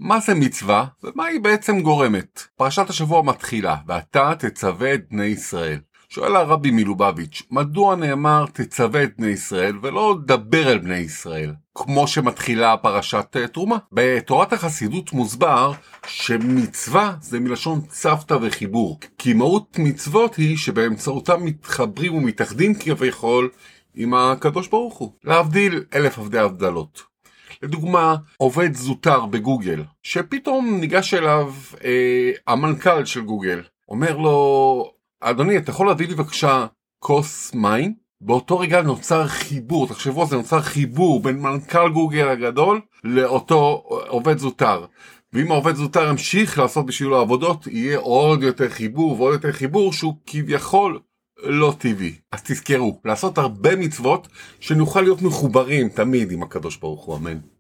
מה זה מצווה ומה היא בעצם גורמת? פרשת השבוע מתחילה, ואתה תצווה את בני ישראל. שואל הרבי מלובביץ', מדוע נאמר תצווה את בני ישראל ולא דבר אל בני ישראל? כמו שמתחילה פרשת תרומה. בתורת החסידות מוסבר שמצווה זה מלשון צוותא וחיבור. כי מהות מצוות היא שבאמצעותם מתחברים ומתאחדים כביכול עם הקדוש ברוך הוא. להבדיל אלף עבדי הבדלות. לדוגמה, עובד זוטר בגוגל, שפתאום ניגש אליו המנכ"ל של גוגל. אומר לו, אדוני, אתה יכול להביא לי בבקשה כוס מים? באותו רגע נוצר חיבור, תחשבו על זה, נוצר חיבור בין מנכ"ל גוגל הגדול לאותו עובד זוטר. ואם העובד זוטר המשיך לעשות בשבילו עבודות, יהיה עוד יותר חיבור ועוד יותר חיבור שהוא כביכול לא טבעי. אז תזכרו, לעשות הרבה מצוות שנוכל להיות מחוברים תמיד עם הקדוש ברוך הוא, אמן.